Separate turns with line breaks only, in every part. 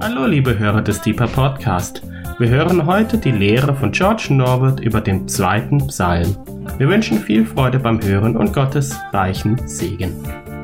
Hallo liebe Hörer des Deeper Podcast. Wir hören heute die Lehre von George Norwood über den 2. Psalm. Wir wünschen viel Freude beim Hören und Gottes reichen Segen.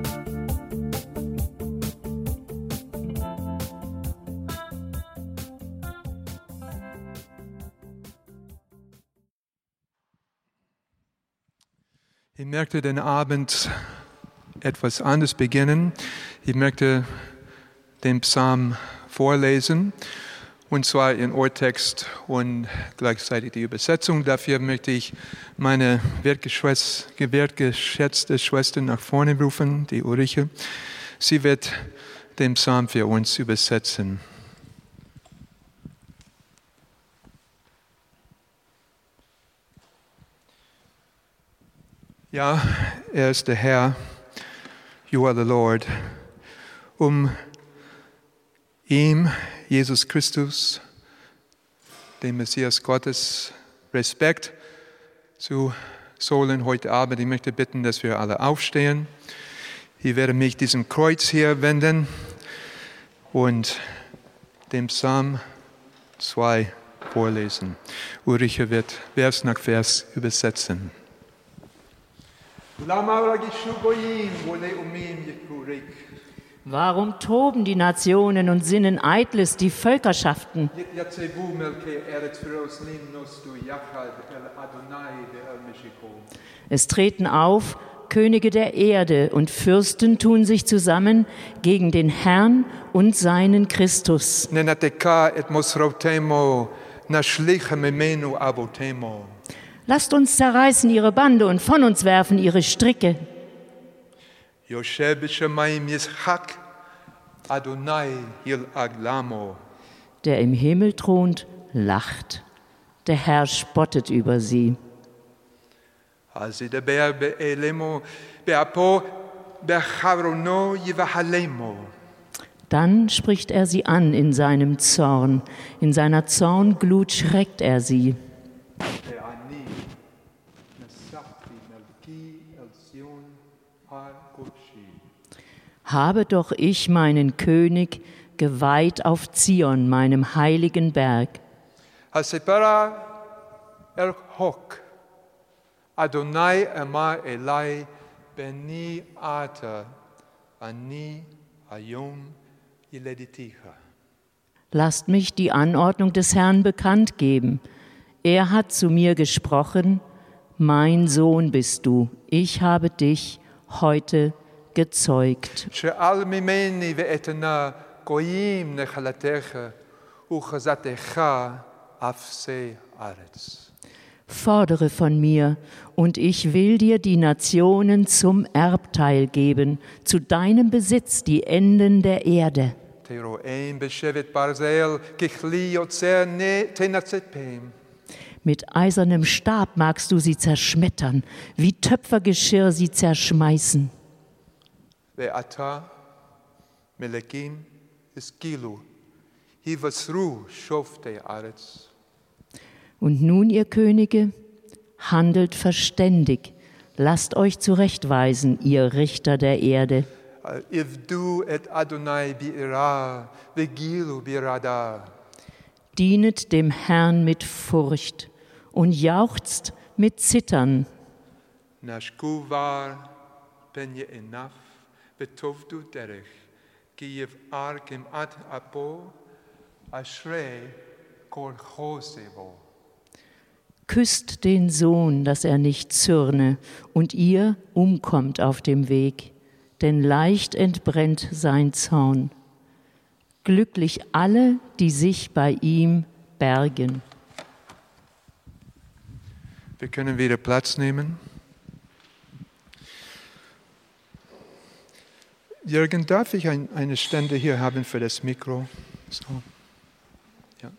Ich möchte den Abend etwas anders beginnen. Ich möchte den Psalm vorlesen, und zwar in Urtext und gleichzeitig die Übersetzung. Dafür möchte ich meine wertgeschätzte Schwester nach vorne rufen, die Ulrike. Sie wird den Psalm für uns übersetzen. Ja, er ist der Herr, you are the Lord. Ihm, Jesus Christus, dem Messias Gottes, Respekt zu zollen heute Abend. Ich möchte bitten, dass wir alle aufstehen. Ich werde mich diesem Kreuz hier wenden und den Psalm 2 vorlesen. Ulrike wird Vers nach Vers übersetzen.
Warum toben die Nationen und sinnen Eitles die Völkerschaften? Es treten auf Könige der Erde und Fürsten tun sich zusammen gegen den Herrn und seinen Christus. Lasst uns zerreißen ihre Bande und von uns werfen ihre Stricke. Der im Himmel thront, lacht. Der Herr spottet über sie. Dann spricht er sie an in seinem Zorn. In seiner Zornglut schreckt er sie. Habe doch ich meinen König geweiht auf Zion, meinem heiligen Berg.
Adonai Emar Elai Beni Ata Ani Ayom Ilediticha.
Lasst mich die Anordnung des Herrn bekannt geben. Er hat zu mir gesprochen, mein Sohn bist du, ich habe dich heute gezeugt. Fordere von mir, und ich will dir die Nationen zum Erbteil geben, zu deinem Besitz die Enden der Erde. Mit eisernem Stab magst du sie zerschmettern, wie Töpfergeschirr sie zerschmeißen. Und nun, ihr Könige, handelt verständig, lasst euch zurechtweisen, ihr Richter der Erde. Dienet dem Herrn mit Furcht und jauchzt mit Zittern. Küsst den Sohn, dass er nicht zürne, und ihr umkommt auf dem Weg, denn leicht entbrennt sein Zorn. Glücklich alle, die sich bei ihm bergen.
Wir können wieder Platz nehmen. Jürgen, darf ich eine Stände hier haben für das Mikro? So. Ja.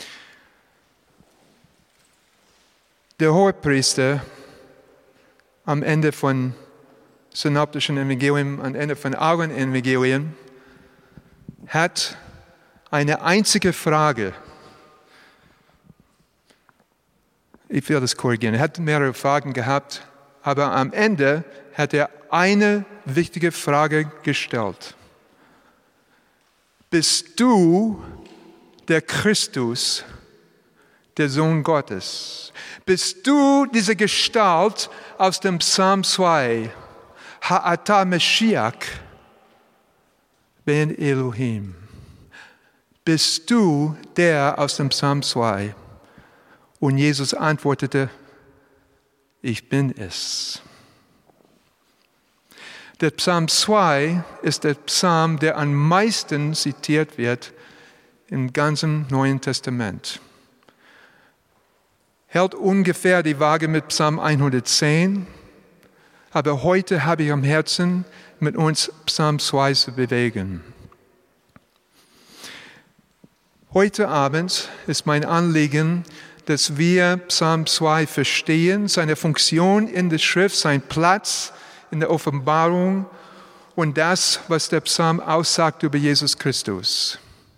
Der Hohepriester am Ende von synoptischen Evangelium, am Ende von allen Evangelien, hat eine einzige Frage. Ich will das korrigieren. Er hat mehrere Fragen gehabt, aber am Ende hat er eine wichtige Frage gestellt. Bist du der Christus, der Sohn Gottes? Bist du diese Gestalt aus dem Psalm 2? Ha'ata Mashiach ben Elohim. Bist du der aus dem Psalm 2? Und Jesus antwortete, ich bin es. Der Psalm 2 ist der Psalm, der am meisten zitiert wird im ganzen Neuen Testament. Hält ungefähr die Waage mit Psalm 110, aber heute habe ich am Herzen, mit uns Psalm 2 zu bewegen. Heute Abend ist mein Anliegen, dass wir Psalm 2 verstehen, seine Funktion in der Schrift, sein Platz in der Offenbarung und das, was der Psalm aussagt über Jesus Christus.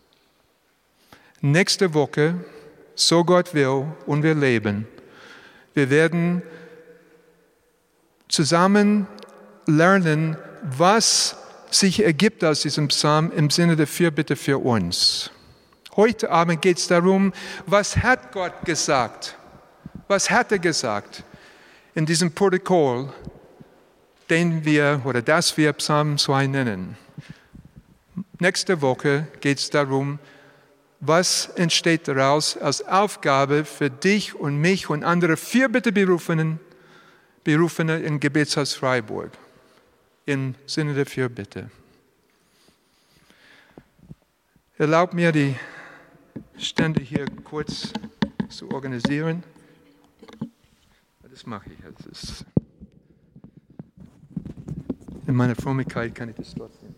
Nächste Woche, so Gott will und wir leben, wir werden zusammen lernen, was sich ergibt aus diesem Psalm im Sinne der Fürbitte für uns. Heute Abend geht es darum, was hat Gott gesagt? Was hat er gesagt in diesem Protokoll, das wir Psalm 2 nennen? Nächste Woche geht es darum, was entsteht daraus als Aufgabe für dich und mich und andere Fürbitteberufene im Gebetshaus Freiburg im Sinne der Fürbitte. Erlaubt mir, die Stände hier kurz zu organisieren. Das mache ich. In meiner Frömmigkeit kann ich das dort nicht.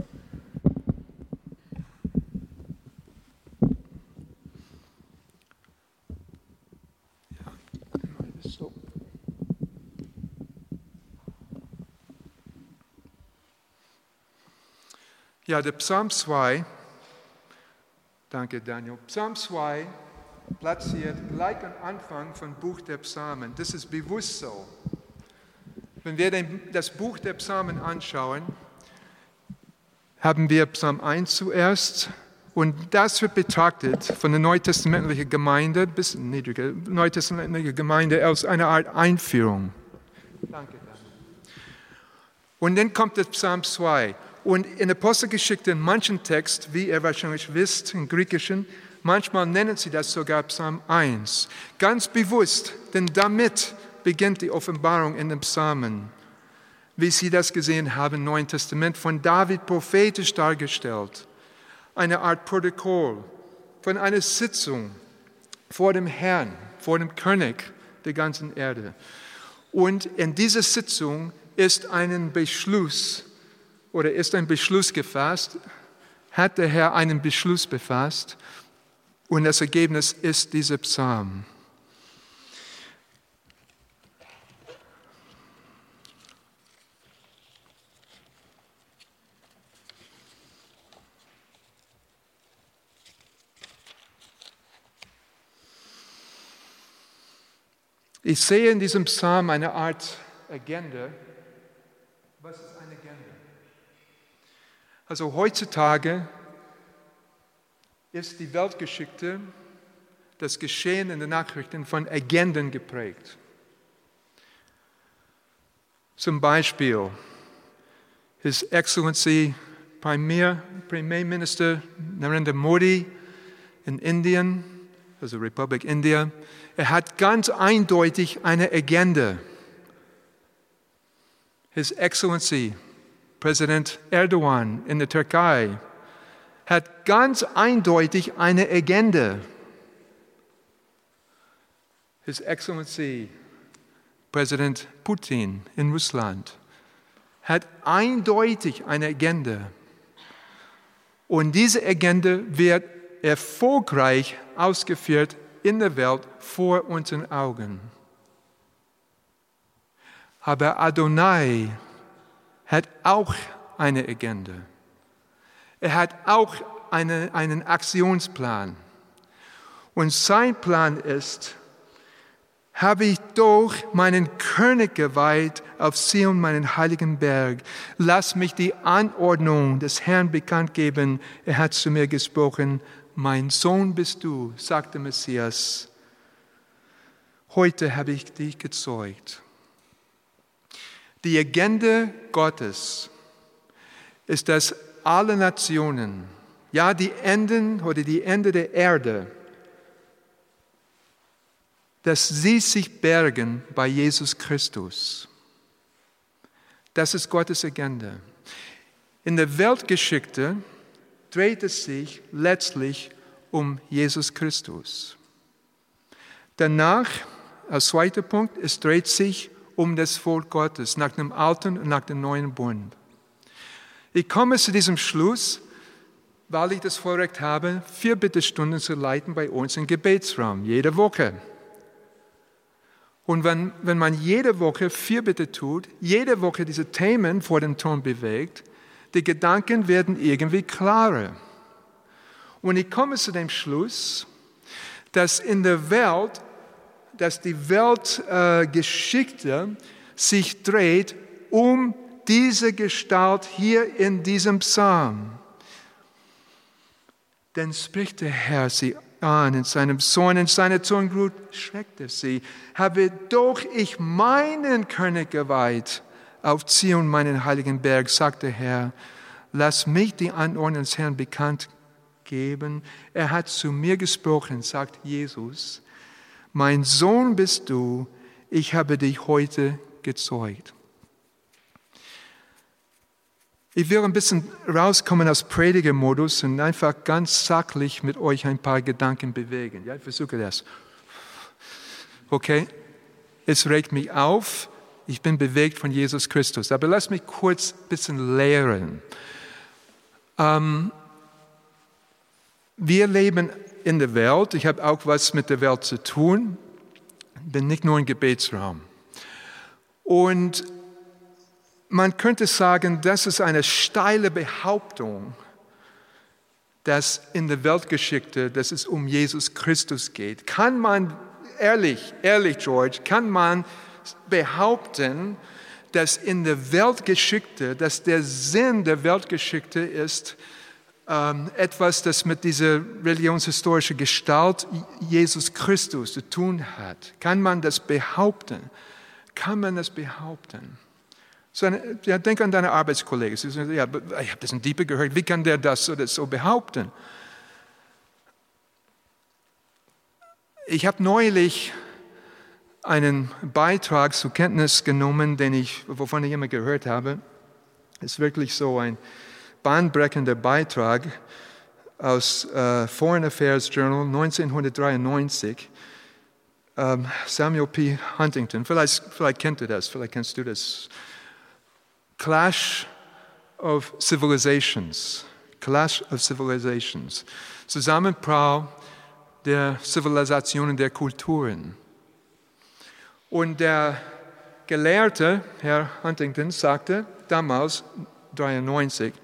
Ja, der Psalm 2, danke Daniel, Psalm 2 platziert gleich am Anfang vom Buch der Psalmen. Das ist bewusst so. Wenn wir das Buch der Psalmen anschauen, haben wir Psalm 1 zuerst und das wird betrachtet von der neutestamentlichen Gemeinde, ein bisschen niedriger, neutestamentliche Gemeinde als eine Art Einführung. Danke. Und dann kommt der Psalm 2. Und in der Apostelgeschichte, in manchen Text, wie ihr wahrscheinlich wisst, im Griechischen, manchmal nennen sie das sogar Psalm 1. Ganz bewusst, denn damit beginnt die Offenbarung in den Psalmen, wie sie das gesehen haben im Neuen Testament, von David prophetisch dargestellt. Eine Art Protokoll von einer Sitzung vor dem Herrn, vor dem König der ganzen Erde. Und in dieser Sitzung ist ein Beschluss gefasst, hat der Herr einen Beschluss gefasst und das Ergebnis ist dieser Psalm. Ich sehe in diesem Psalm eine Art Agenda. Was ist eine Agenda? Also heutzutage ist die Weltgeschichte, das Geschehen in den Nachrichten von Agenden geprägt. Zum Beispiel His Excellency Premier Minister Narendra Modi in Indien, also Republik India, er hat ganz eindeutig eine Agenda. His Excellency Präsident Erdogan in der Türkei hat ganz eindeutig eine Agenda. His Excellency Präsident Putin in Russland hat eindeutig eine Agenda. Und diese Agenda wird erfolgreich ausgeführt in der Welt vor unseren Augen. Aber Adonai hat auch eine Agenda. Er hat auch einen Aktionsplan. Und sein Plan ist, habe ich doch meinen König geweiht auf Zion, meinen heiligen Berg. Lass mich die Anordnung des Herrn bekannt geben. Er hat zu mir gesprochen, mein Sohn bist du, sagte Messias. Heute habe ich dich gezeugt. Die Agenda Gottes ist, dass alle Nationen, ja die Ende der Erde, dass sie sich bergen bei Jesus Christus. Das ist Gottes Agenda. In der Weltgeschichte dreht es sich letztlich um Jesus Christus. Danach, als zweiter Punkt, es dreht sich um das Volk Gottes, nach dem Alten und nach dem Neuen Bund. Ich komme zu diesem Schluss, weil ich das Vorrecht habe, 4 Bittestunden zu leiten bei uns im Gebetsraum, jede Woche. Und wenn man jede Woche 4 Bitte tut, jede Woche diese Themen vor dem Thron bewegt, die Gedanken werden irgendwie klarer. Und ich komme zu dem Schluss, dass in der Welt, dass die Weltgeschichte sich dreht um diese Gestalt hier in diesem Psalm. Denn spricht der Herr sie an in seinem Zorn, in seiner Zornglut schreckte sie. Habe doch ich meinen König geweiht auf Zion, meinen heiligen Berg, sagt der Herr. Lass mich die Anordnung des Herrn bekannt geben. Er hat zu mir gesprochen, sagt Jesus. Mein Sohn bist du, ich habe dich heute gezeugt. Ich will ein bisschen rauskommen aus Predigermodus und einfach ganz sachlich mit euch ein paar Gedanken bewegen. Ja, ich versuche das. Okay? Es regt mich auf, ich bin bewegt von Jesus Christus. Aber lass mich kurz ein bisschen lehren. Wir leben in der Welt, ich habe auch was mit der Welt zu tun, bin nicht nur im Gebetsraum. Und man könnte sagen, das ist eine steile Behauptung, dass in der Weltgeschichte, dass es um Jesus Christus geht. Kann man, ehrlich George, kann man behaupten, dass in der Weltgeschichte, dass der Sinn der Weltgeschichte ist, etwas, das mit dieser religionshistorischen Gestalt Jesus Christus zu tun hat? Kann man das behaupten? Kann man das behaupten? Denk an deine Arbeitskollegen. Sie sagen, ja, ich habe das in Diepe gehört. Wie kann der das so behaupten? Ich habe neulich einen Beitrag zur Kenntnis genommen, wovon ich immer gehört habe. Es ist wirklich so ein bahnbrechender Beitrag aus Foreign Affairs Journal 1993. Samuel P. Huntington, vielleicht kennt ihr das, vielleicht kennst du das. Clash of Civilizations. Zusammenprall der Zivilisationen, der Kulturen. Und der Gelehrte, Herr Huntington, sagte damals, 1993,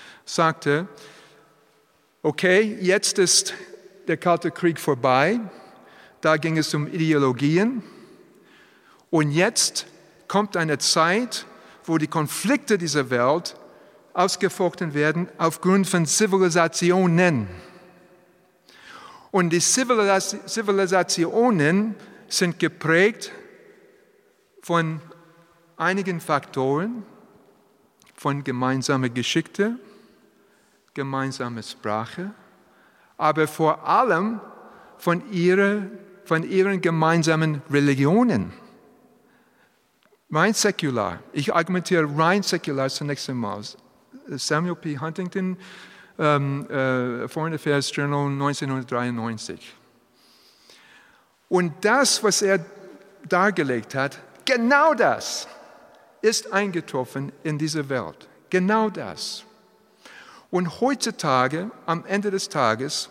okay, jetzt ist der Kalte Krieg vorbei, da ging es um Ideologien und jetzt kommt eine Zeit, wo die Konflikte dieser Welt ausgefochten werden aufgrund von Zivilisationen. Und die Zivilisationen sind geprägt von einigen Faktoren, von gemeinsamer Geschichte, gemeinsamer Sprache, aber vor allem von ihren gemeinsamen Religionen. Rein säkular. Ich argumentiere rein säkular zunächst einmal. Samuel P. Huntington, Foreign Affairs Journal 1993. Und das, was er dargelegt hat, genau das ist eingetroffen in dieser Welt. Genau das. Und heutzutage, am Ende des Tages,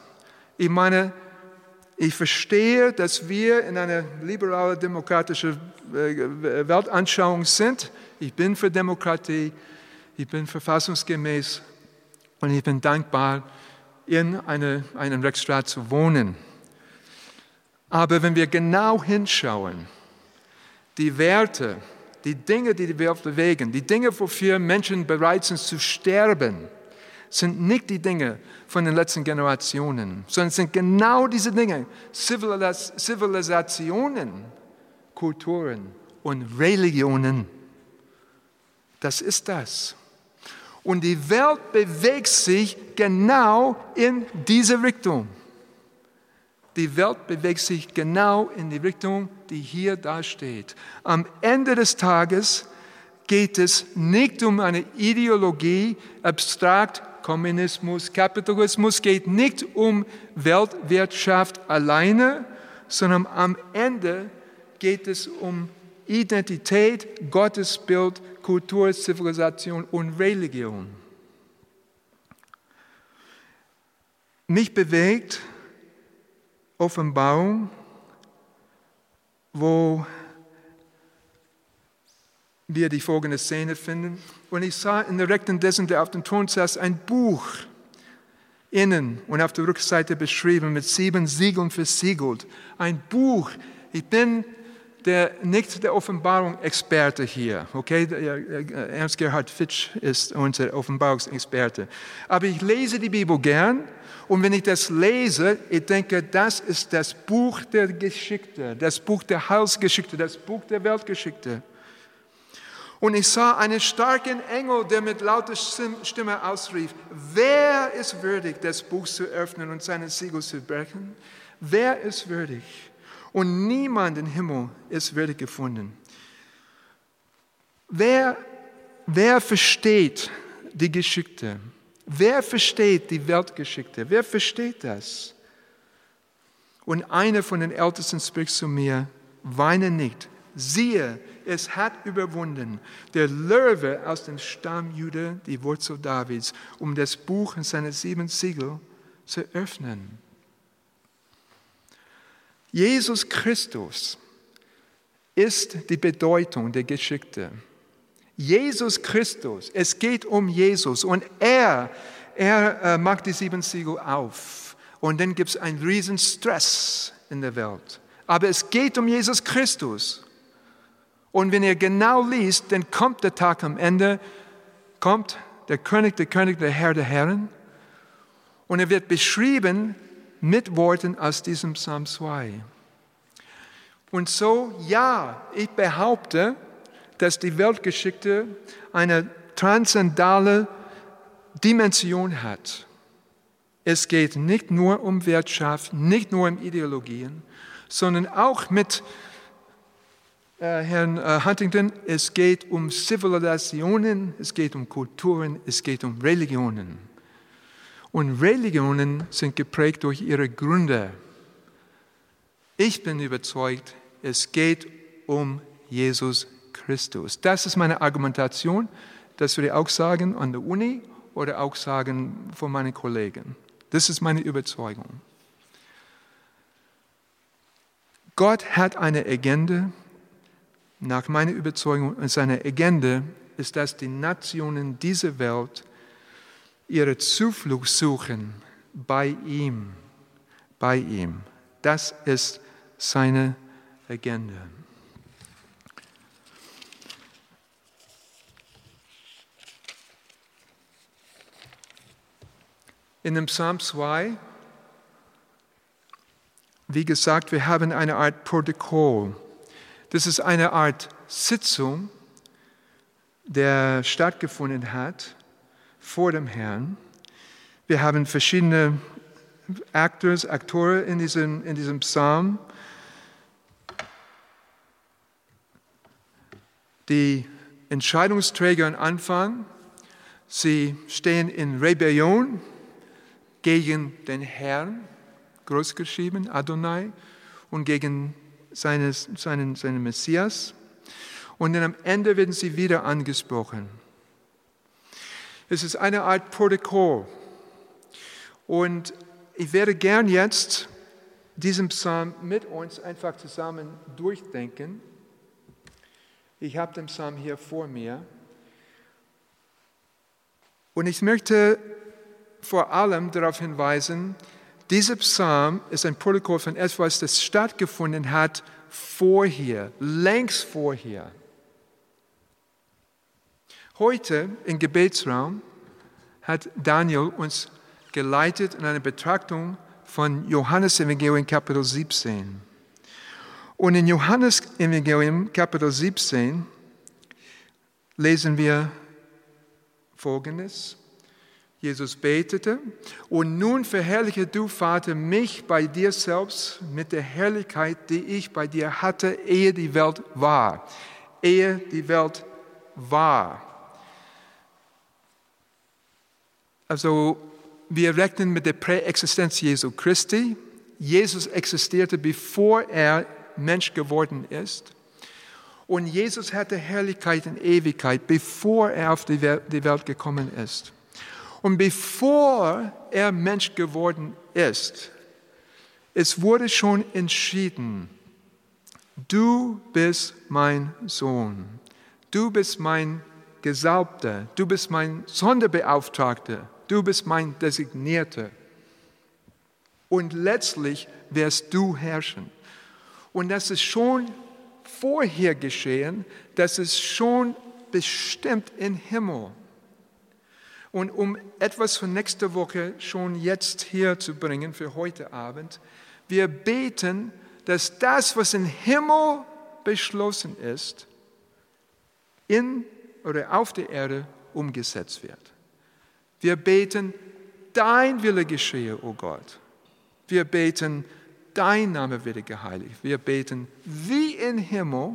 ich verstehe, dass wir in einer liberal-demokratischen Weltanschauung sind. Ich bin für Demokratie, ich bin verfassungsgemäß und ich bin dankbar, in einem Rechtsstaat zu wohnen. Aber wenn wir genau hinschauen, die Werte, die Dinge, die die Welt bewegen, die Dinge, wofür Menschen bereit sind zu sterben, sind nicht die Dinge von den letzten Generationen, sondern sind genau diese Dinge, Zivilisationen, Kulturen und Religionen. Das ist das. Und die Welt bewegt sich genau in diese Richtung. Die Welt bewegt sich genau in die Richtung, die hier da steht. Am Ende des Tages geht es nicht um eine Ideologie, abstrakt, Kommunismus, Kapitalismus, geht nicht um Weltwirtschaft alleine, sondern am Ende geht es um Identität, Gottesbild, Kultur, Zivilisation und Religion. Mich bewegt Offenbarung, wo wir die folgende Szene finden. Und ich sah in der Rechten dessen, der auf dem Thron saß, ein Buch innen und auf der Rückseite beschrieben, mit 7 Siegeln versiegelt. Ein Buch. Ich bin nicht der Offenbarung-Experte hier, okay? Ernst Gerhard Fitsch ist unser Offenbarungsexperte. Aber ich lese die Bibel gern. Und wenn ich das lese, ich denke, das ist das Buch der Geschichte, das Buch der Heilsgeschichte, das Buch der Weltgeschichte. Und ich sah einen starken Engel, der mit lauter Stimme ausrief, wer ist würdig, das Buch zu öffnen und seine Siegel zu brechen? Wer ist würdig? Und niemand im Himmel ist würdig gefunden. Wer versteht die Geschichte? Wer versteht die Weltgeschichte? Wer versteht das? Und einer von den Ältesten spricht zu mir, weine nicht. Siehe, es hat überwunden, der Löwe aus dem Stamm Juda, die Wurzel Davids, um das Buch und seine 7 Siegel zu öffnen. Jesus Christus ist die Bedeutung der Geschichte. Jesus Christus, es geht um Jesus und er macht die 7 Siegel auf und dann gibt es einen riesen Stress in der Welt. Aber es geht um Jesus Christus und wenn ihr genau liest, dann kommt der Tag am Ende, kommt der König, der Herr der Herren und er wird beschrieben mit Worten aus diesem Psalm 2. Und so, ja, ich behaupte, dass die Weltgeschichte eine transzendentale Dimension hat. Es geht nicht nur um Wirtschaft, nicht nur um Ideologien, sondern auch mit Herrn Huntington, es geht um Zivilisationen, es geht um Kulturen, es geht um Religionen. Und Religionen sind geprägt durch ihre Gründer. Ich bin überzeugt, es geht um Jesus Christus. Das ist meine Argumentation. Das würde ich auch sagen an der Uni oder auch sagen von meinen Kollegen. Das ist meine Überzeugung. Gott hat eine Agenda, nach meiner Überzeugung, und seine Agenda ist, dass die Nationen dieser Welt ihre Zuflucht suchen bei ihm. Bei ihm. Das ist seine Agenda. In dem Psalm 2, wie gesagt, wir haben eine Art Protokoll. Das ist eine Art Sitzung, der stattgefunden hat vor dem Herrn. Wir haben verschiedene Akteure in diesem Psalm. Die Entscheidungsträger am Anfang, sie stehen in Rebellion gegen den Herrn, großgeschrieben, Adonai, und gegen seinen Messias. Und dann am Ende werden sie wieder angesprochen. Es ist eine Art Protokoll. Und ich werde gern jetzt diesen Psalm mit uns einfach zusammen durchdenken. Ich habe den Psalm hier vor mir. Und ich möchte vor allem darauf hinweisen, Dieser Psalm ist ein Protokoll von etwas, das stattgefunden hat vorher, längst vorher. Heute im Gebetsraum hat Daniel uns geleitet in eine Betrachtung von Johannes Evangelium Kapitel 17. Und in Johannes Evangelium Kapitel 17 lesen wir Folgendes. Jesus betete: Und nun verherrliche du, Vater, mich bei dir selbst mit der Herrlichkeit, die ich bei dir hatte, ehe die Welt war. Ehe die Welt war. Also wir rechnen mit der Präexistenz Jesu Christi. Jesus existierte, bevor er Mensch geworden ist. Und Jesus hatte Herrlichkeit in Ewigkeit, bevor er auf die Welt gekommen ist. Und bevor er Mensch geworden ist, es wurde schon entschieden, du bist mein Sohn, du bist mein Gesalbter, du bist mein Sonderbeauftragter, du bist mein Designierter. Und letztlich wirst du herrschen. Und das ist schon vorher geschehen, das ist schon bestimmt im Himmel. Und um etwas für nächste Woche schon jetzt hier zu bringen, für heute Abend, wir beten, dass das, was im Himmel beschlossen ist, in oder auf der Erde umgesetzt wird. Wir beten, dein Wille geschehe, o Gott. Wir beten, dein Name werde geheiligt. Wir beten, wie im Himmel,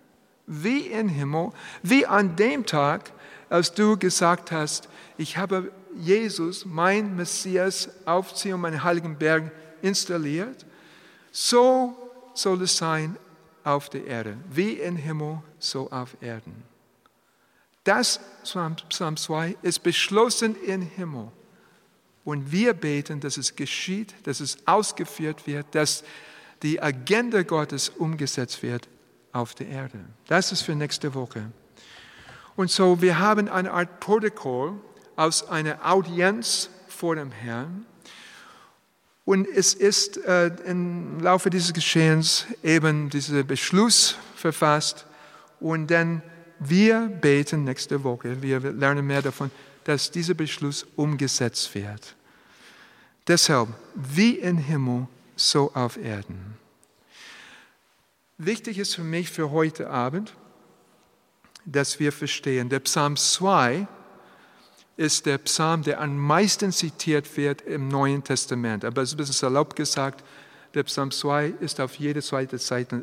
wie an dem Tag, als du gesagt hast, ich habe Jesus, mein Messias, auf Zion, meinen heiligen Berg installiert. So soll es sein auf der Erde. Wie im Himmel, so auf Erden. Das, Psalm 2, ist beschlossen im Himmel. Und wir beten, dass es geschieht, dass es ausgeführt wird, dass die Agenda Gottes umgesetzt wird auf der Erde. Das ist für nächste Woche. Und so, wir haben eine Art Protokoll aus einer Audienz vor dem Herrn. Und es ist im Laufe dieses Geschehens eben dieser Beschluss verfasst. Und dann wir beten nächste Woche, wir lernen mehr davon, dass dieser Beschluss umgesetzt wird. Deshalb, wie im Himmel, so auf Erden. Wichtig ist für mich für heute Abend, dass wir verstehen, der Psalm 2 ist der Psalm, der am meisten zitiert wird im Neuen Testament. Aber es ist ein bisschen salopp gesagt, der Psalm 2 ist auf jeder zweiten Seite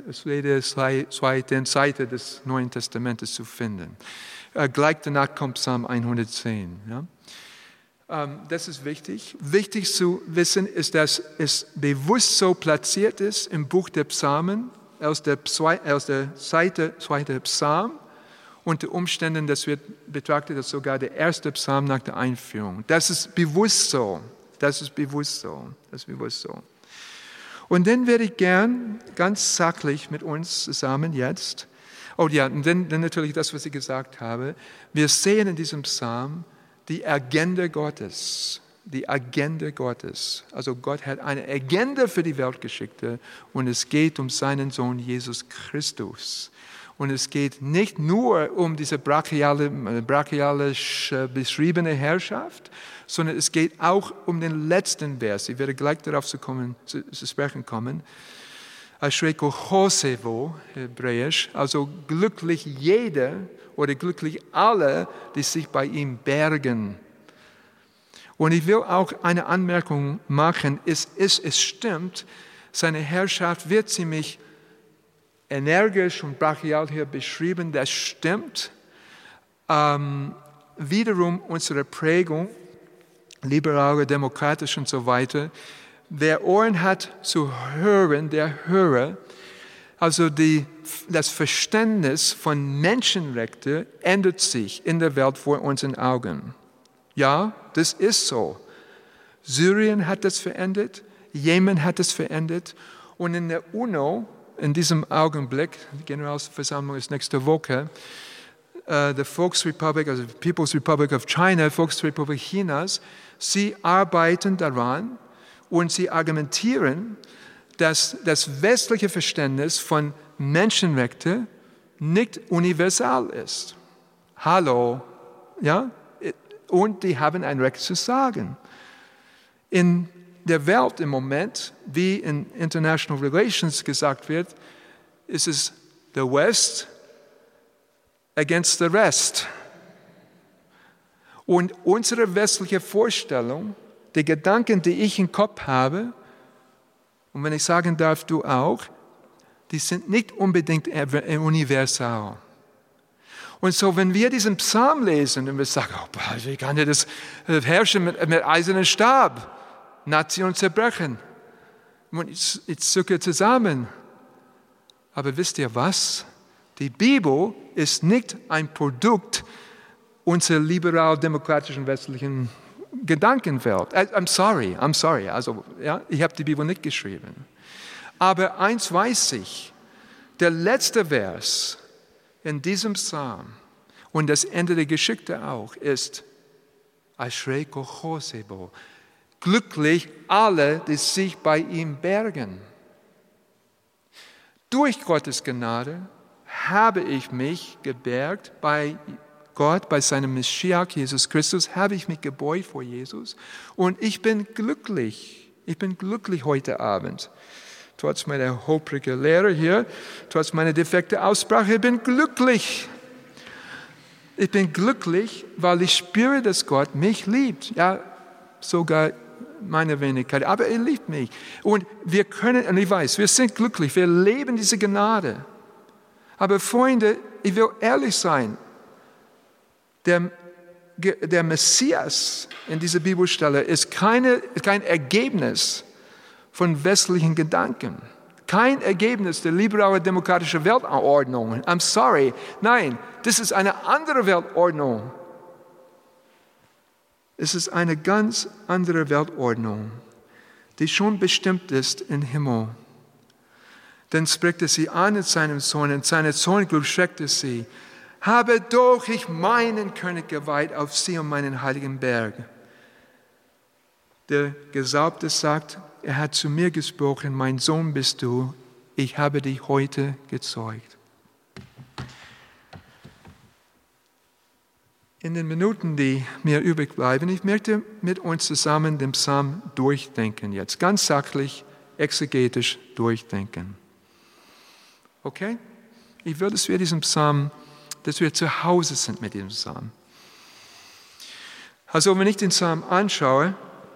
des Neuen Testamentes zu finden. Gleich danach kommt Psalm 110. Ja? Das ist wichtig. Wichtig zu wissen ist, dass es bewusst so platziert ist im Buch der Psalmen, aus der Seite 2. Psalm. Unter Umständen, das wird betrachtet als sogar der erste Psalm nach der Einführung. Das ist bewusst so. Und dann werde ich gern ganz sachlich mit uns zusammen jetzt, und dann natürlich das, was ich gesagt habe, wir sehen in diesem Psalm die Agenda Gottes. Also Gott hat eine Agenda für die Welt geschickt und es geht um seinen Sohn Jesus Christus. Und es geht nicht nur um diese brachialisch beschriebene Herrschaft, sondern es geht auch um den letzten Vers. Ich werde gleich darauf zu sprechen kommen. Ashreko Chosevo, hebräisch, also glücklich jeder oder glücklich alle, die sich bei ihm bergen. Und ich will auch eine Anmerkung machen. Es stimmt, seine Herrschaft wird ziemlich energisch und brachial hier beschrieben, das stimmt. Wiederum unsere Prägung, liberale, demokratisch und so weiter, wer Ohren hat zu hören, der höre. Also das Verständnis von Menschenrechten ändert sich in der Welt vor unseren Augen. Ja, das ist so. Syrien hat das verändert, Jemen hat das verändert und in der UNO, in diesem Augenblick, die Generalversammlung ist nächste Woche, die Volksrepublik, also People's Republic of China, Volksrepublik Chinas, sie arbeiten daran und sie argumentieren, dass das westliche Verständnis von Menschenrechten nicht universal ist. Hallo, ja? Und die haben ein Recht zu sagen. In der Welt im Moment, wie in International Relations gesagt wird, ist es the West against the rest. Und unsere westliche Vorstellung, die Gedanken, die ich im Kopf habe, und wenn ich sagen darf, du auch, die sind nicht unbedingt universal. Und so, wenn wir diesen Psalm lesen und wir sagen, wie kann das herrschen mit eisernem Stab, Nation zerbrechen? Und ich zucke zusammen. Aber wisst ihr was? Die Bibel ist nicht ein Produkt unserer liberal-demokratischen westlichen Gedankenwelt. I'm sorry. Also, ja, ich habe die Bibel nicht geschrieben. Aber eins weiß ich, der letzte Vers in diesem Psalm und das Ende der Geschichte auch ist Ashrei-ko chosebo. Glücklich alle, die sich bei ihm bergen. Durch Gottes Gnade habe ich mich gebergt bei Gott, bei seinem Messias, Jesus Christus, habe ich mich gebeugt vor Jesus und ich bin glücklich. Ich bin glücklich heute Abend. Trotz meiner holprigen Lehre hier, trotz meiner defekten Aussprache, ich bin glücklich. Ich bin glücklich, weil ich spüre, dass Gott mich liebt. Ja, sogar meine Wenigkeit, aber er liebt mich. Und wir können, und ich weiß, wir sind glücklich, wir leben diese Gnade. Aber Freunde, ich will ehrlich sein, der Messias in dieser Bibelstelle ist kein Ergebnis von westlichen Gedanken. Kein Ergebnis der liberalen demokratischen Weltordnung. I'm sorry. Nein, das ist eine andere Weltordnung. Es ist eine ganz andere Weltordnung, die schon bestimmt ist im Himmel. Dann spricht er sie an in seinem Zorn, in seiner Zornglut schreckt er sie. Habe doch ich meinen König geweiht auf sie und meinen heiligen Berg. Der Gesalbte sagt, er hat zu mir gesprochen, mein Sohn bist du, ich habe dich heute gezeugt. In den Minuten, die mir übrig bleiben, ich möchte mit uns zusammen den Psalm durchdenken jetzt, ganz sachlich, exegetisch durchdenken. Okay? Ich will, dass wir diesen Psalm, dass wir zu Hause sind mit diesem Psalm. Also wenn ich den Psalm anschaue,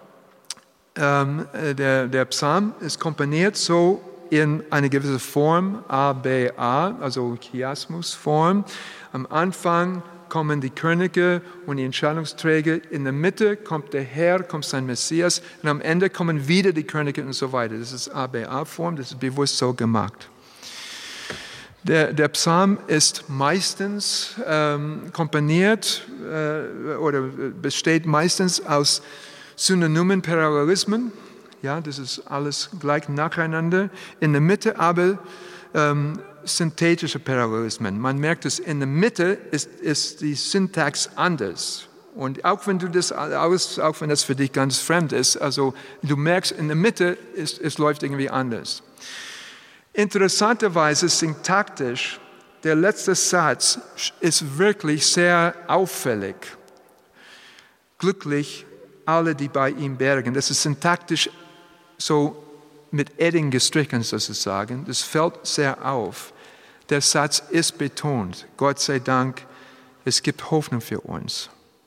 der Psalm ist komponiert so in eine gewisse Form, A, B, A, also Chiasmusform. Am Anfang kommen die Könige und die Entscheidungsträger, in der Mitte kommt der Herr, kommt sein Messias und am Ende kommen wieder die Könige und so weiter. Das ist A-B-A-Form, das ist bewusst so gemacht. Der Psalm ist meistens komponiert oder besteht meistens aus synonymen Parallelismen. Ja, das ist alles gleich nacheinander. In der Mitte aber synthetische Parallelismen. Man merkt es, in der Mitte ist die Syntax anders. Und auch wenn auch wenn das für dich ganz fremd ist, also du merkst, in der Mitte es läuft irgendwie anders. Interessanterweise syntaktisch, der letzte Satz ist wirklich sehr auffällig. Glücklich alle, die bei ihm bergen. Das ist syntaktisch so mit Edding gestrichen sozusagen. Das fällt sehr auf. Der Satz ist betont. Gott sei Dank, es gibt Hoffnung für uns.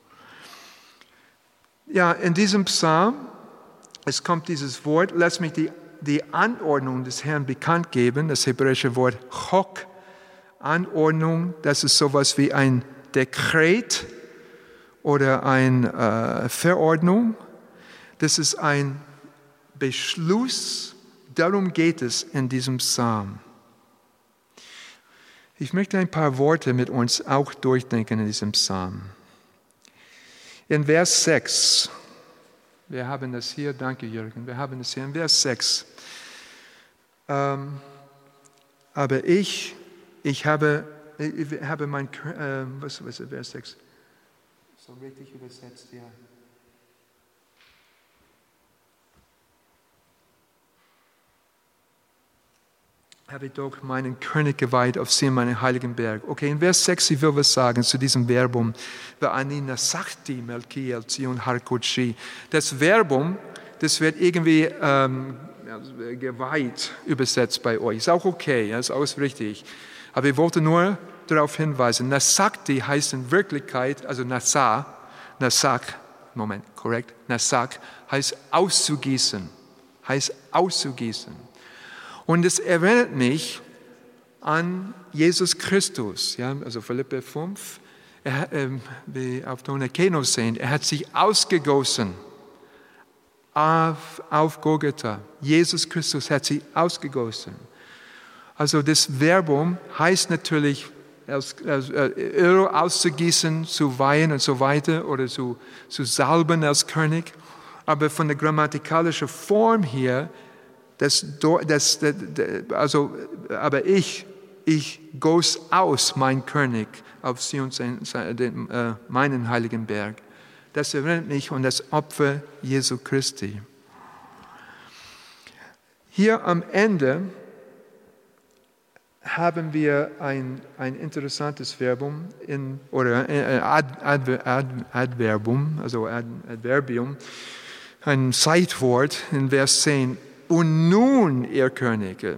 Ja, in diesem Psalm, es kommt dieses Wort, lass mich die Anordnung des Herrn bekannt geben, das hebräische Wort Chok, Anordnung, das ist sowas wie ein Dekret oder eine Verordnung. Das ist ein Beschluss, darum geht es in diesem Psalm. Ich möchte ein paar Worte mit uns auch durchdenken in diesem Psalm. In Vers 6, wir haben das hier, danke Jürgen, wir haben das hier in Vers 6. Aber ich habe mein, was ist Vers 6? So richtig übersetzt, ja. habe ich doch meinen König geweiht auf Zion, meinen heiligen Berg. Okay, in Vers 6, ich will was sagen zu diesem Verbum. Das Verbum, das wird irgendwie geweiht übersetzt bei euch. Ist auch okay, ist alles richtig. Aber ich wollte nur darauf hinweisen, Nasakti heißt in Wirklichkeit, also Nasak, Nasak heißt auszugießen, Und es erinnert mich an Jesus Christus, ja, also Philipper 5, wie auf der Keno sehen, er hat sich ausgegossen auf Golgatha. Jesus Christus hat sich ausgegossen. Also das Verbum heißt natürlich, Öl auszugießen, zu weihen und so weiter oder zu salben als König. Aber von der grammatikalischen Form hier, aber ich goss aus, mein König, auf Zion, meinen heiligen Berg. Das erinnert mich an das Opfer Jesu Christi. Hier am Ende haben wir ein interessantes Verbum Adverbium, ein Zeitwort in Vers 10. Und nun, ihr Könige.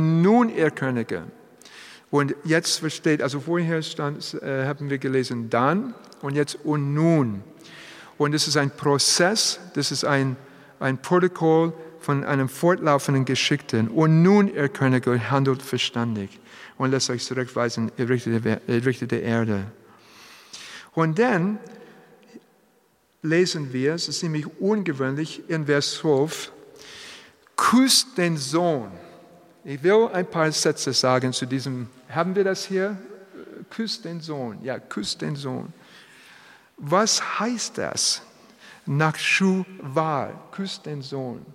Und jetzt versteht, also vorher haben wir gelesen dann und jetzt und nun. Und es ist ein Prozess, das ist ein Protokoll von einem fortlaufenden Geschickten. Und nun, ihr Könige, handelt verständig und lasst euch zurückweisen, ihr Richter der Erde. Und dann lesen wir, es ist ziemlich ungewöhnlich, in Vers 12, küsst den Sohn. Ich will ein paar Sätze sagen zu diesem, haben wir das hier? Küsst den Sohn. Ja, küsst den Sohn. Was heißt das? Nach Schuhwahl, küsst den Sohn.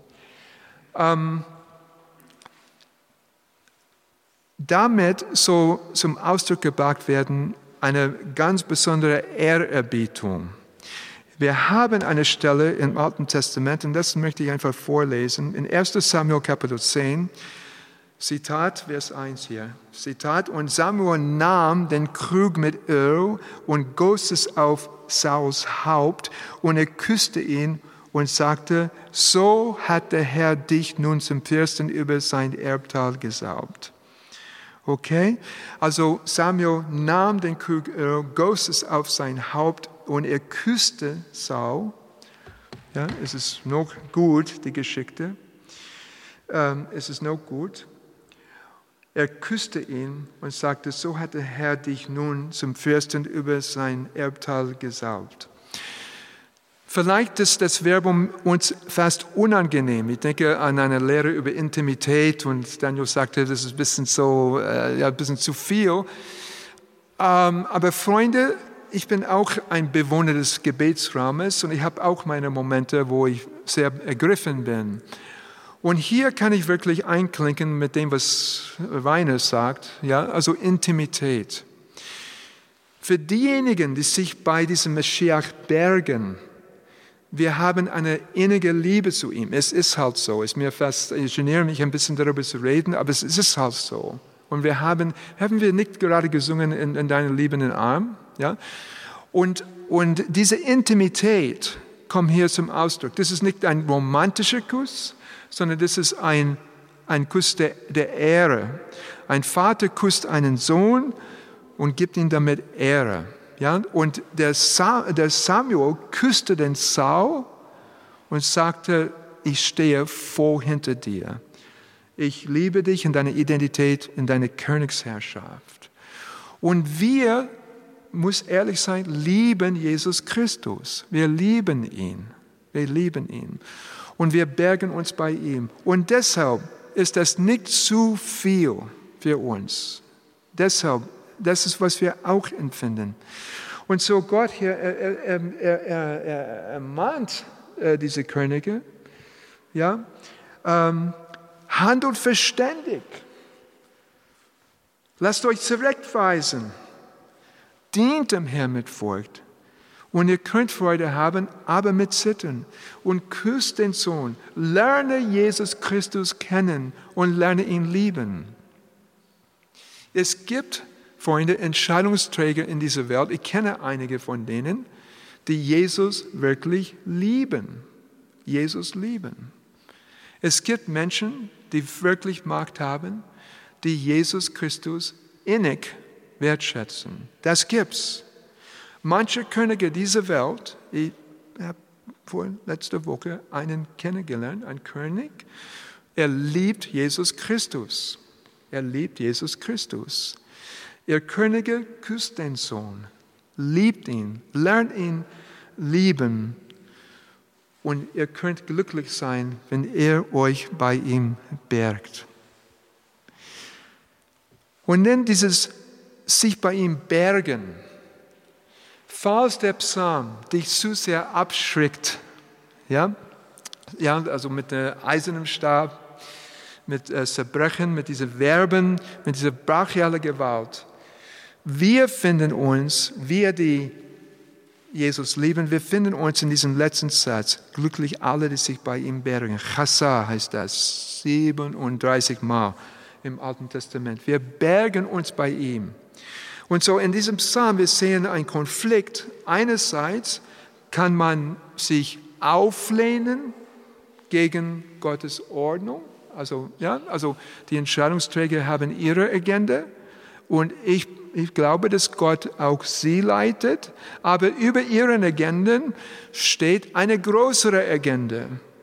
Damit soll zum Ausdruck gebracht werden eine ganz besondere Ehrerbietung. Wir haben eine Stelle im Alten Testament, und das möchte ich einfach vorlesen, in 1. Samuel Kapitel 10, Zitat, Vers 1 hier, Zitat, und Samuel nahm den Krug mit Öl und goss es auf Sauls Haupt, und er küsste ihn und sagte, so hat der Herr dich nun zum Fürsten über sein Erbteil gesalbt. Okay, also Samuel nahm den Krug Öl, goss es auf sein Haupt, und er küsste Saul. Ja, es ist noch gut, die Geschichte. Es ist noch gut. Er küsste ihn und sagte, so hat der Herr dich nun zum Fürsten über sein Erbteil gesalbt. Vielleicht ist das Verbum uns fast unangenehm. Ich denke an eine Lehre über Intimität und Daniel sagte, das ist ein bisschen ein bisschen zu viel. Aber Freunde, ich bin auch ein Bewohner des Gebetsraumes und ich habe auch meine Momente, wo ich sehr ergriffen bin. Und hier kann ich wirklich einklinken mit dem, was Weiner sagt, ja, also Intimität. Für diejenigen, die sich bei diesem Mashiach bergen, wir haben eine innige Liebe zu ihm. Es ist halt so. Ich geniere mich ein bisschen darüber zu reden, aber es ist halt so. Und haben wir nicht gerade gesungen in deinen liebenden Arm? Ja? Und diese Intimität kommt hier zum Ausdruck. Das ist nicht ein romantischer Kuss, sondern das ist ein Kuss der Ehre. Ein Vater küsst einen Sohn und gibt ihm damit Ehre. Ja? Und der Samuel küsste den Saul und sagte, ich stehe voll hinter dir. Ich liebe dich in deiner Identität, in deiner Königsherrschaft. Und wir, muss ehrlich sein, lieben Jesus Christus. Wir lieben ihn. Und wir bergen uns bei ihm. Und deshalb ist das nicht zu viel für uns. Deshalb, das ist, was wir auch empfinden. Und so Gott hier, er ermahnt diese Könige, ja, handelt verständig. Lasst euch zurechtweisen. Dient dem Herrn mit Furcht. Und ihr könnt Freude haben, aber mit Zittern. Und küsst den Sohn. Lerne Jesus Christus kennen und lerne ihn lieben. Es gibt, Freunde, Entscheidungsträger in dieser Welt, ich kenne einige von denen, die Jesus wirklich lieben. Jesus lieben. Es gibt Menschen, die wirklich Macht haben, die Jesus Christus innig wertschätzen. Das gibt's. Manche Könige dieser Welt, ich habe letzte Woche einen kennengelernt, einen König, er liebt Jesus Christus. Er liebt Jesus Christus. Ihr Könige küsst den Sohn, liebt ihn, lernt ihn lieben. Und ihr könnt glücklich sein, wenn ihr euch bei ihm bergt. Und dann dieses sich bei ihm bergen. Falls der Psalm dich zu sehr abschreckt, ja, also mit dem eisernen Stab, mit Zerbrechen, mit diesen Verben, mit dieser brachialen Gewalt. Wir finden uns, wir die Jesus lieben, wir finden uns in diesem letzten Satz, glücklich alle, die sich bei ihm bergen. Chassa heißt das, 37 Mal im Alten Testament. Wir bergen uns bei ihm. Und so in diesem Psalm, wir sehen einen Konflikt. Einerseits kann man sich auflehnen gegen Gottes Ordnung. Also die Entscheidungsträger haben ihre Agenda. Und ich glaube, dass Gott auch sie leitet, aber über ihren Agenden steht eine größere Agenda.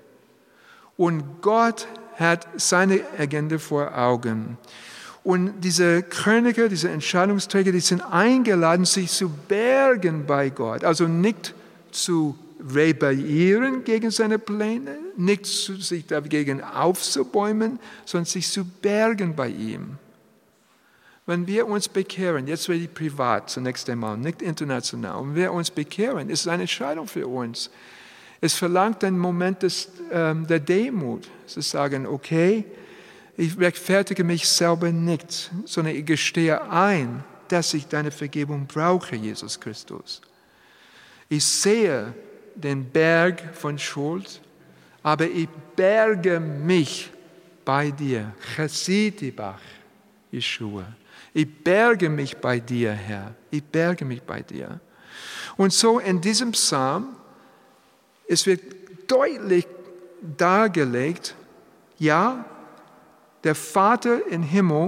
Und Gott hat seine Agenda vor Augen. Und diese Könige, diese Entscheidungsträger, die sind eingeladen, sich zu bergen bei Gott. Also nicht zu rebellieren gegen seine Pläne, nicht sich dagegen aufzubäumen, sondern sich zu bergen bei ihm. Wenn wir uns bekehren, jetzt werde ich privat zunächst einmal, nicht international, wenn wir uns bekehren, ist es eine Entscheidung für uns. Es verlangt einen Moment der Demut, zu sagen, okay, ich rechtfertige mich selber nicht, sondern ich gestehe ein, dass ich deine Vergebung brauche, Jesus Christus. Ich sehe den Berg von Schuld, aber ich berge mich bei dir. Chassidibach, Yeshua. Ich berge mich bei dir, Herr. Ich berge mich bei dir. Und so in diesem Psalm, es wird deutlich dargelegt, ja, der Vater im Himmel,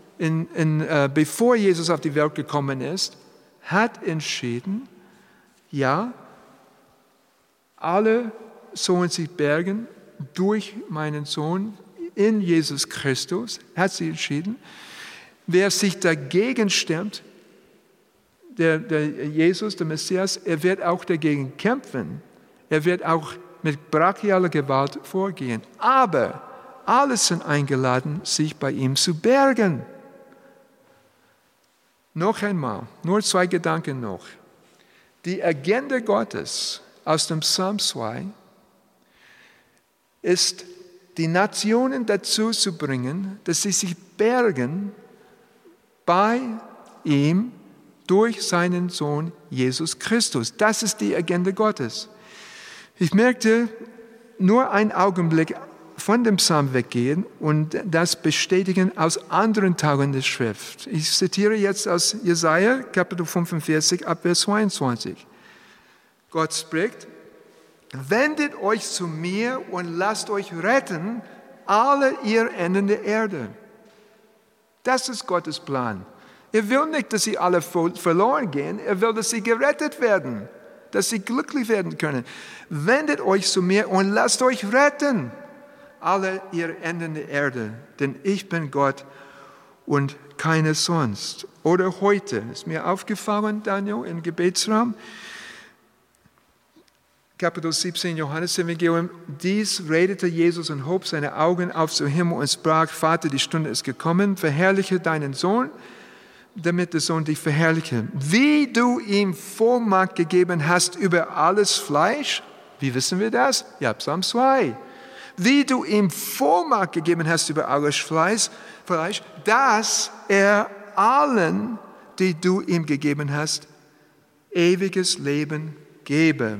bevor Jesus auf die Welt gekommen ist, hat entschieden, ja, alle sollen sich bergen durch meinen Sohn in Jesus Christus, hat sie entschieden. Wer sich dagegen stemmt, der Jesus, der Messias, er wird auch dagegen kämpfen. Er wird auch mit brachialer Gewalt vorgehen. Aber alle sind eingeladen, sich bei ihm zu bergen. Noch einmal, nur 2 Gedanken noch. Die Agenda Gottes aus dem Psalm 2 ist, die Nationen dazu zu bringen, dass sie sich bergen bei ihm durch seinen Sohn Jesus Christus. Das ist die Agenda Gottes. Ich merkte, nur einen Augenblick von dem Psalm weggehen und das bestätigen aus anderen Tagen der Schrift. Ich zitiere jetzt aus Jesaja, Kapitel 45, ab Vers 22. Gott spricht, wendet euch zu mir und lasst euch retten, alle ihr Enden der Erde. Das ist Gottes Plan. Er will nicht, dass sie alle verloren gehen, er will, dass sie gerettet werden, dass sie glücklich werden können. Wendet euch zu mir und lasst euch retten, alle ihr Enden der Erde, denn ich bin Gott und keiner sonst. Oder heute, ist mir aufgefallen, Daniel, im Gebetsraum, Kapitel 17, Johannes-Evangelium, dies redete Jesus und hob seine Augen auf zum Himmel und sprach, Vater, die Stunde ist gekommen, verherrliche deinen Sohn, damit der Sohn dich verherrliche. Wie du ihm Vollmacht gegeben hast über alles Fleisch, wie wissen wir das? Ja, Psalm 2. Wie du ihm Vollmacht gegeben hast über alles Fleisch, dass er allen, die du ihm gegeben hast, ewiges Leben gebe.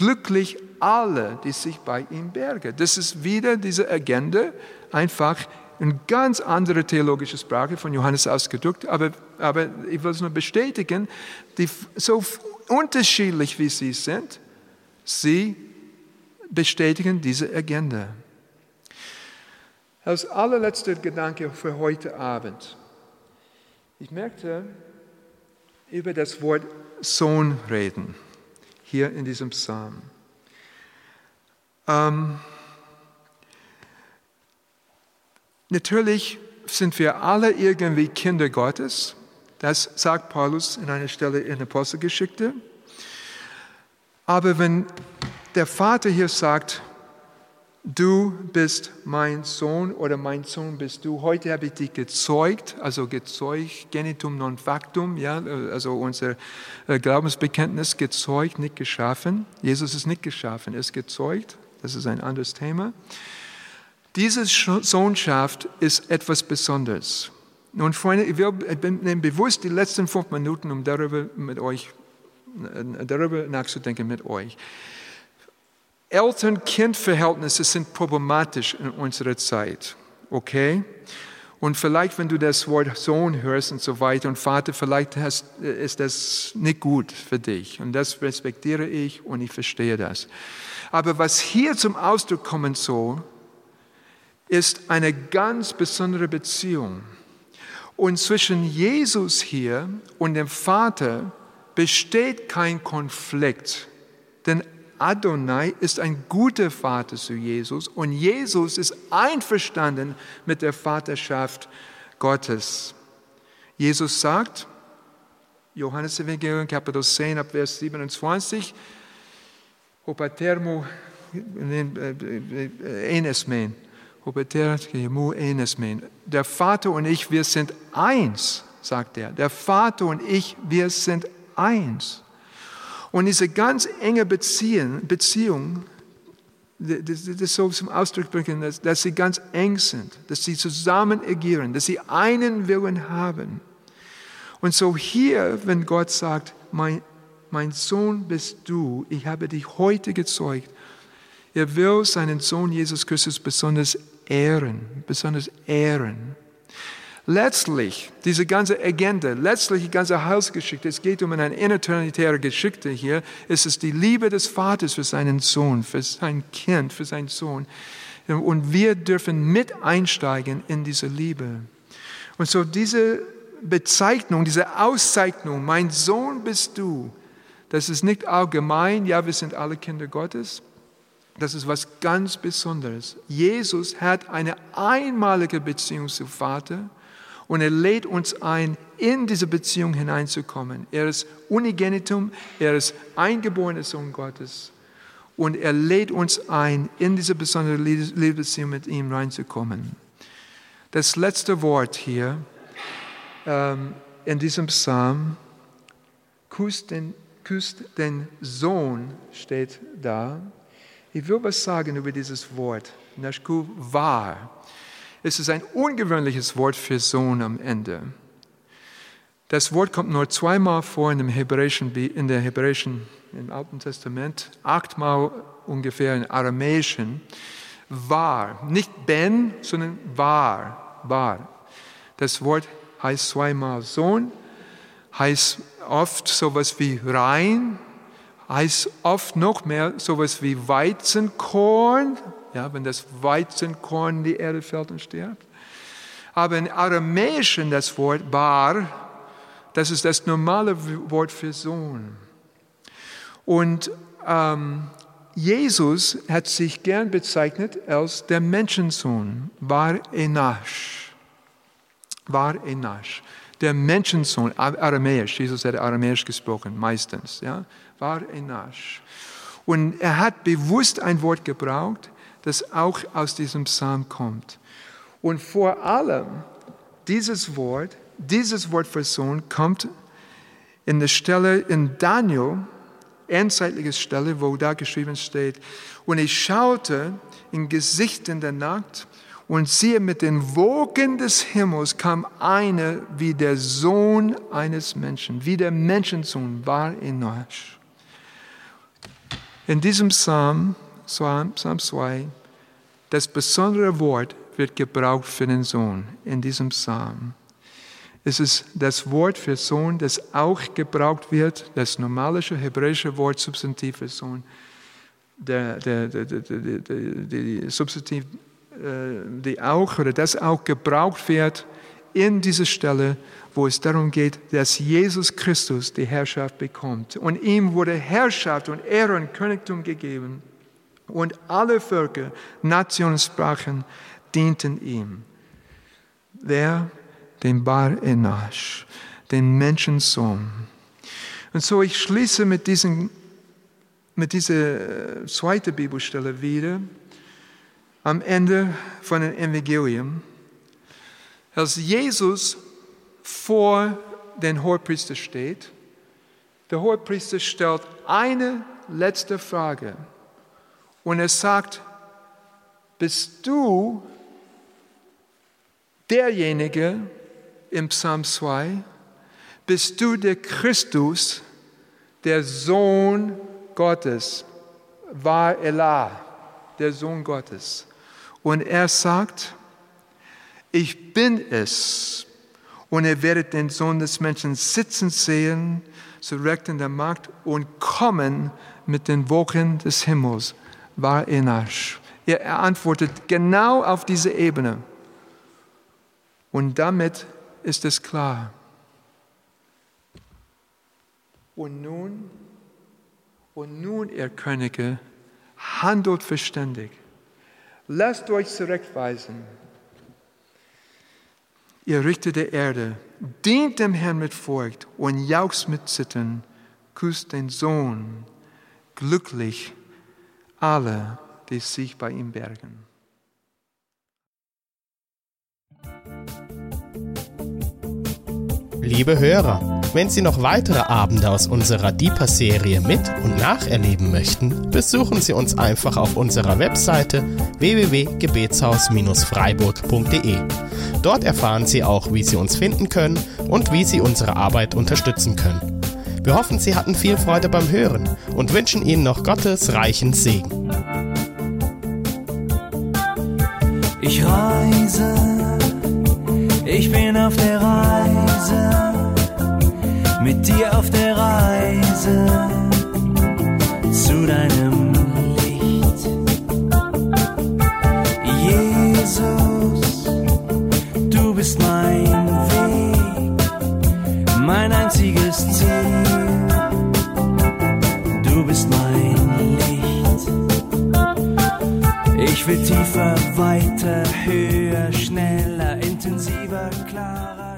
Glücklich alle, die sich bei ihm bergen. Das ist wieder diese Agenda, einfach eine ganz andere theologische Sprache von Johannes ausgedrückt, aber ich will es nur bestätigen, so unterschiedlich wie sie sind, sie bestätigen diese Agenda. Als allerletzter Gedanke für heute Abend. Ich möchte über das Wort Sohn reden, hier in diesem Psalm. Natürlich sind wir alle irgendwie Kinder Gottes. Das sagt Paulus in einer Stelle in der Apostelgeschichte. Aber wenn der Vater hier sagt, du bist mein Sohn oder mein Sohn bist du, heute habe ich dich gezeugt, also gezeugt, Genitum non factum, ja, also unser Glaubensbekenntnis, gezeugt, nicht geschaffen. Jesus ist nicht geschaffen, er ist gezeugt, das ist ein anderes Thema. Diese Sohnschaft ist etwas Besonderes. Nun, Freunde, ich bin bewusst die letzten 5 Minuten, um darüber nachzudenken mit euch. Eltern-Kind-Verhältnisse sind problematisch in unserer Zeit, okay? Und vielleicht, wenn du das Wort Sohn hörst und so weiter und Vater, vielleicht ist das nicht gut für dich. Und das respektiere ich und ich verstehe das. Aber was hier zum Ausdruck kommen soll, ist eine ganz besondere Beziehung. Und zwischen Jesus hier und dem Vater besteht kein Konflikt. Denn Adonai ist ein guter Vater zu Jesus und Jesus ist einverstanden mit der Vaterschaft Gottes. Jesus sagt, Johannes Evangelium, Kapitel 10, ab Vers 27, Hopatermo enesmen, Hopatermo enesmen. Der Vater und ich, wir sind eins, sagt er. Der Vater und ich, wir sind eins. Und diese ganz enge Beziehung, das soll zum Ausdruck bringen, dass sie ganz eng sind, dass sie zusammen agieren, dass sie einen Willen haben. Und so hier, wenn Gott sagt, mein Sohn bist du, ich habe dich heute gezeugt, er will seinen Sohn Jesus Christus besonders ehren. Letztlich, diese ganze Agenda, letztlich die ganze Heilsgeschichte, es geht um eine interplanetäre Geschichte hier, es ist die Liebe des Vaters für seinen Sohn, für sein Kind, für seinen Sohn. Und wir dürfen mit einsteigen in diese Liebe. Und so diese Bezeichnung, diese Auszeichnung, mein Sohn bist du, das ist nicht allgemein, ja, wir sind alle Kinder Gottes. Das ist was ganz Besonderes. Jesus hat eine einmalige Beziehung zum Vater. Und er lädt uns ein, in diese Beziehung hineinzukommen. Er ist Unigenitum, er ist eingeborener Sohn Gottes. Und er lädt uns ein, in diese besondere Liebesbeziehung mit ihm reinzukommen. Das letzte Wort hier in diesem Psalm, küsst den Sohn, steht da. Ich will was sagen über dieses Wort. Nashku war. Es ist ein ungewöhnliches Wort für Sohn am Ende. Das Wort kommt nur 2-mal vor im Alten Testament, 8-mal ungefähr im Aramäischen. War, nicht Ben, sondern war. Das Wort heißt 2-mal Sohn, heißt oft sowas wie rein, heißt oft noch mehr sowas wie Weizenkorn. Ja, wenn das Weizenkorn in die Erde fällt und stirbt. Aber in Aramäischen das Wort bar, das ist das normale Wort für Sohn. Und Jesus hat sich gern bezeichnet als der Menschensohn, Bar Enash. Der Menschensohn, Aramäisch, Jesus hat Aramäisch gesprochen, meistens. Ja? Bar Enash. Und er hat bewusst ein Wort gebraucht, das auch aus diesem Psalm kommt. Und vor allem, dieses Wort für Sohn kommt in der Stelle in Daniel, endzeitliche Stelle, wo da geschrieben steht, und ich schaute in Gesicht in der Nacht und siehe, mit den Wogen des Himmels kam einer wie der Sohn eines Menschen, wie der Menschensohn war Enoch. In diesem Psalm 2, das besondere Wort wird gebraucht für den Sohn in diesem Psalm. Es ist das Wort für Sohn, das auch gebraucht wird, das normale hebräische Wort Substantiv für Sohn, die Substantiv, das auch gebraucht wird in dieser Stelle, wo es darum geht, dass Jesus Christus die Herrschaft bekommt. Und ihm wurde Herrschaft und Ehre und Königtum gegeben. Und alle Völker, Nationen, Sprachen dienten ihm. Wer? Den Bar Enash, den Menschensohn. Und so ich schließe mit dieser zweiten Bibelstelle wieder am Ende von dem Evangelium, als Jesus vor den Hohepriester steht. Der Hohepriester stellt eine letzte Frage und er sagt, bist du derjenige im Psalm 2, bist du der Christus, der Sohn Gottes, war Elah, der Sohn Gottes. Und er sagt, ich bin es. Und ihr werdet den Sohn des Menschen sitzen sehen, zu Rechten der Macht und kommen mit den Wolken des Himmels, war Enash. Er antwortet genau auf diese Ebene. Und damit ist es klar. Und nun, ihr Könige, handelt verständig. Lasst euch zurechtweisen. Ihr Richter der Erde, dient dem Herrn mit Furcht und jauchzt mit Zittern, küsst den Sohn, glücklich alle, die sich bei ihm bergen.
Liebe Hörer, wenn Sie noch weitere Abende aus unserer Deeper-Serie mit- und nacherleben möchten, besuchen Sie uns einfach auf unserer Webseite www.gebetshaus-freiburg.de. Dort erfahren Sie auch, wie Sie uns finden können und wie Sie unsere Arbeit unterstützen können. Wir hoffen, Sie hatten viel Freude beim Hören und wünschen Ihnen noch Gottes reichen Segen.
Ich reise, ich bin auf der Reise, mit dir auf der Reise zu deinem Licht. Jesus, du bist mein Weg, mein einziges Ziel. Du bist mein Licht. Ich will tiefer, weiter, höher, schneller, intensiver, klarer.